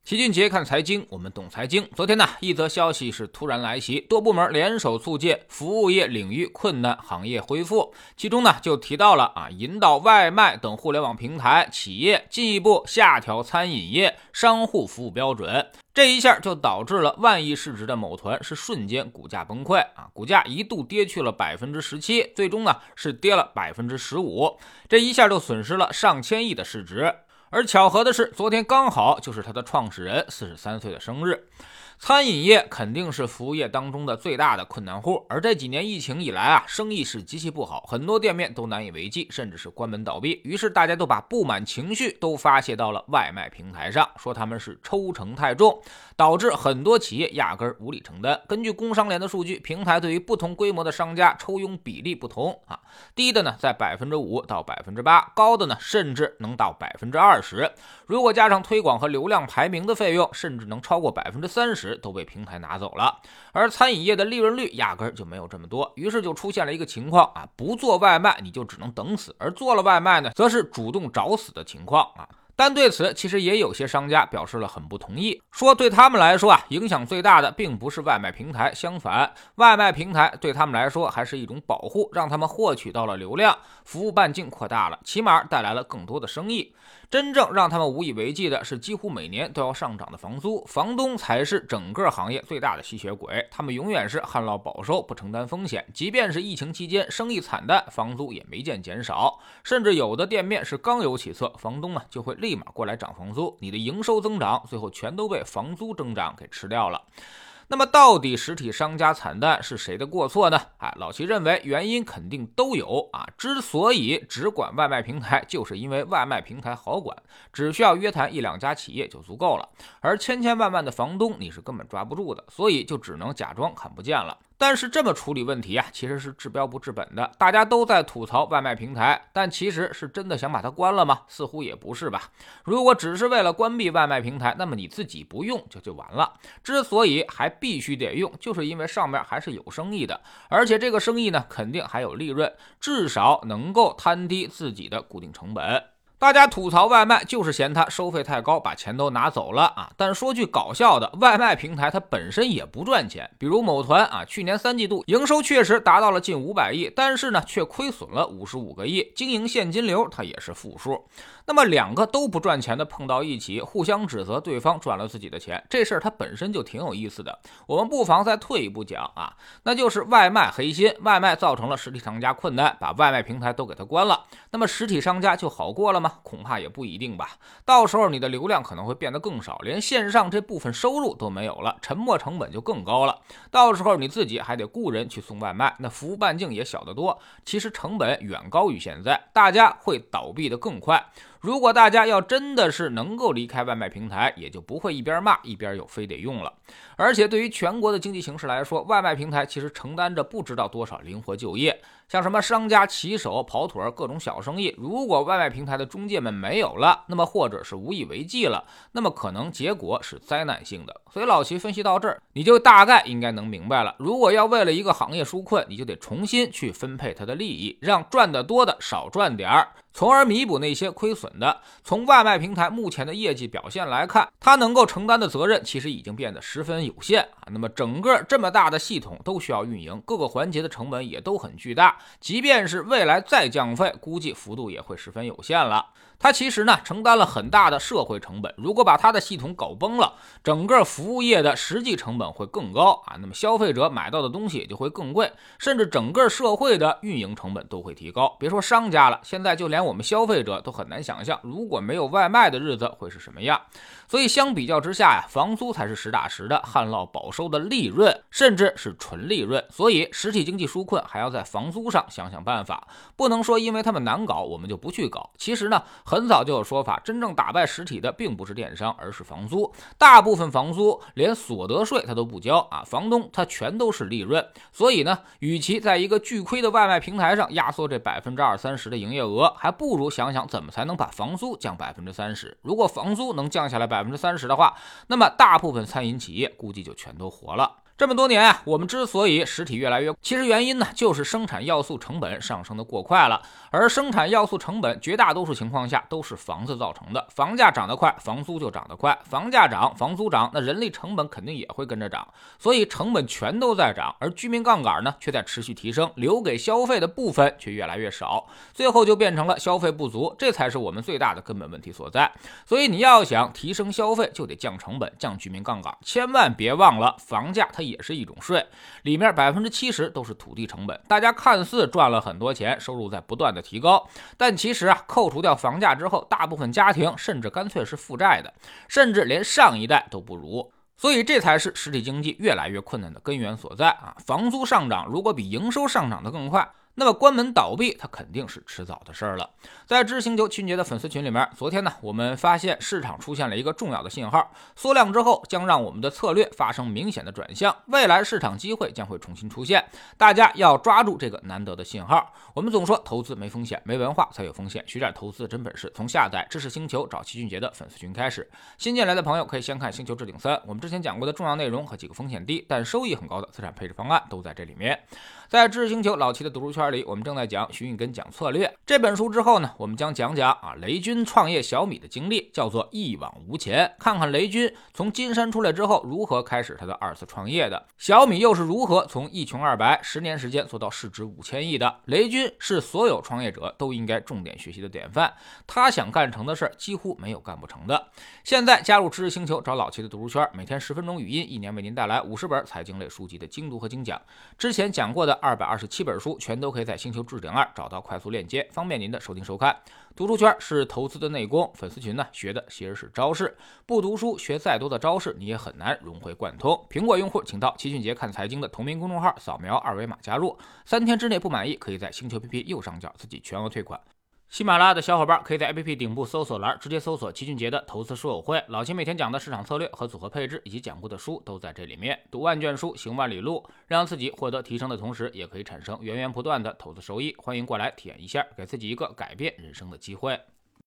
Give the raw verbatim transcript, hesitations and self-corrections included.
齐俊杰看财经，我们懂财经。昨天呢，一则消息是突然来袭，多部门联手促进服务业领域困难行业恢复。其中呢，就提到了啊，引导外卖等互联网平台企业进一步下调餐饮业商户服务标准。这一下就导致了万亿市值的某团是瞬间股价崩溃啊，股价一度跌去了 百分之十七， 最终呢是跌了 百分之十五， 这一下就损失了上千亿的市值。而巧合的是，昨天刚好就是他的创始人四十三岁的生日。餐饮业肯定是服务业当中的最大的困难户，而这几年疫情以来啊，生意是极其不好，很多店面都难以为继，甚至是关门倒闭。于是大家都把不满情绪都发泄到了外卖平台上，说他们是抽成太重，导致很多企业压根无力承担。根据工商联的数据，平台对于不同规模的商家抽佣比例不同啊，低的呢在 百分之五 到 百分之八， 高的呢甚至能到 百分之二十。如果加上推广和流量排名的费用，甚至能超过 百分之三十，都被平台拿走了。而餐饮业的利润率压根就没有这么多，于是就出现了一个情况啊，不做外卖你就只能等死，而做了外卖呢，则是主动找死的情况啊。但对此其实也有些商家表示了很不同意，说对他们来说啊，影响最大的并不是外卖平台，相反，外卖平台对他们来说还是一种保护，让他们获取到了流量，服务半径扩大了，起码带来了更多的生意。真正让他们无以为继的是几乎每年都要上涨的房租，房东才是整个行业最大的吸血鬼，他们永远是旱涝保收，不承担风险，即便是疫情期间生意惨淡，房租也没见减少，甚至有的店面是刚有起色，房东呢就会立马过来涨房租，你的营收增长最后全都被房租增长给吃掉了。那么到底实体商家惨淡是谁的过错呢？啊，老齐认为原因肯定都有啊。之所以只管外卖平台，就是因为外卖平台好管，只需要约谈一两家企业就足够了，而千千万万的房东你是根本抓不住的，所以就只能假装看不见了。但是这么处理问题啊，其实是治标不治本的。大家都在吐槽外卖平台，但其实是真的想把它关了吗？似乎也不是吧。如果只是为了关闭外卖平台，那么你自己不用就就完了。之所以还必须得用，就是因为上面还是有生意的，而且这个生意呢，肯定还有利润，至少能够摊低自己的固定成本。大家吐槽外卖就是嫌它收费太高，把钱都拿走了啊！但说句搞笑的，外卖平台它本身也不赚钱。比如某团啊，去年三季度营收确实达到了近五百亿，但是呢却亏损了五十五个亿，经营现金流它也是负数。那么两个都不赚钱的碰到一起，互相指责对方赚了自己的钱，这事儿它本身就挺有意思的。我们不妨再退一步讲啊，那就是外卖黑心，外卖造成了实体商家困难，把外卖平台都给它关了，那么实体商家就好过了吗？恐怕也不一定吧。到时候你的流量可能会变得更少，连线上这部分收入都没有了，沉没成本就更高了。到时候你自己还得雇人去送外卖，那服务半径也小得多，其实成本远高于现在，大家会倒闭的更快。如果大家要真的是能够离开外卖平台，也就不会一边骂一边又非得用了。而且对于全国的经济形势来说，外卖平台其实承担着不知道多少灵活就业，像什么商家、骑手、跑腿各种小生意，如果外卖平台的中介们没有了，那么或者是无以为继了，那么可能结果是灾难性的。所以老齐分析到这儿，你就大概应该能明白了，如果要为了一个行业纾困，你就得重新去分配它的利益，让赚得多的少赚点儿，从而弥补那些亏损的。从外卖平台目前的业绩表现来看，它能够承担的责任其实已经变得十分有限啊。那么整个这么大的系统都需要运营，各个环节的成本也都很巨大，即便是未来再降费，估计幅度也会十分有限了。它其实呢承担了很大的社会成本，如果把它的系统搞崩了，整个服务业的实际成本会更高啊，那么消费者买到的东西也就会更贵，甚至整个社会的运营成本都会提高。别说商家了，现在就连我们消费者都很难想象，如果没有外卖的日子会是什么样。所以相比较之下呀，房租才是实打实的旱涝保收的利润，甚至是纯利润。所以实体经济纾困还要在房租上想想办法，不能说因为他们难搞我们就不去搞。其实呢，很早就有说法，真正打败实体的并不是电商，而是房租。大部分房租连所得税他都不交啊，房东他全都是利润。所以呢，与其在一个巨亏的外卖平台上压缩这百分之二三十的营业额，还不如想想怎么才能把房租降百分之三十。如果房租能降下来百分之三十的话，那么大部分餐饮企业估计就全都活了。 这么多年啊，我们之所以实体越来越，其实原因呢，就是生产要素成本上升的过快了。而生产要素成本绝大多数情况下都是房子造成的，房价涨得快，房租就涨得快，房价涨，房租涨，那人力成本肯定也会跟着涨，所以成本全都在涨，而居民杠杆呢却在持续提升，留给消费的部分却越来越少，最后就变成了消费不足，这才是我们最大的根本问题所在。所以你要想提升消费，就得降成本，降居民杠杆，千万别忘了房价它也是一种税，里面 百分之七十 都是土地成本。大家看似赚了很多钱，收入在不断的提高，但其实啊，扣除掉房价之后，大部分家庭甚至干脆是负债的，甚至连上一代都不如。所以这才是实体经济越来越困难的根源所在啊！房租上涨如果比营收上涨的更快，那么关门倒闭它肯定是迟早的事儿了。在知识星球清洁的粉丝群里面，昨天呢我们发现市场出现了一个重要的信号，缩量之后将让我们的策略发生明显的转向，未来市场机会将会重新出现，大家要抓住这个难得的信号。我们总说投资没风险，没文化才有风险，学点投资的真本事从下载知识星球找齐俊杰的粉丝群开始。新进来的朋友可以先看星球置顶三，我们之前讲过的重要内容和几个风险低但收益很高的资产配置方案都在这里面。在知识星球老齐的读书圈里，我们正在讲徐运根讲策略这本书之后呢，我们将讲讲啊雷军创业小米的经历，叫做一往无前，看看雷军从金山出来之后如何开始他的二次创业的，小米又是如何从一穷二白十年时间做到市值五千亿的。雷军是所有创业者都应该重点学习的典范，他想干成的事几乎没有干不成的。现在加入知识星球，找老齐的读书圈，每天十分钟语音，一年为您带来五十本财经类书籍的精读和精讲。之前讲过的二百二十七本书全都可以在星球置顶二找到快速链接，方便您的收听收看。读书圈是投资的内功，粉丝群呢学的其实是招式，不读书学再多的招式你也很难融会贯通。苹果用户请到齐俊杰看财经的同名公众号，扫描二维码加入，三天之内不满意可以在星球 A P P 右上角自己全额退款。喜马拉雅的小伙伴可以在 A P P 顶部搜索栏直接搜索齐俊杰的投资书友会，老齐每天讲的市场策略和组合配置以及讲过的书都在这里面。读万卷书，行万里路，让自己获得提升的同时，也可以产生源源不断的投资收益。欢迎过来体验一下，给自己一个改变人生的机会。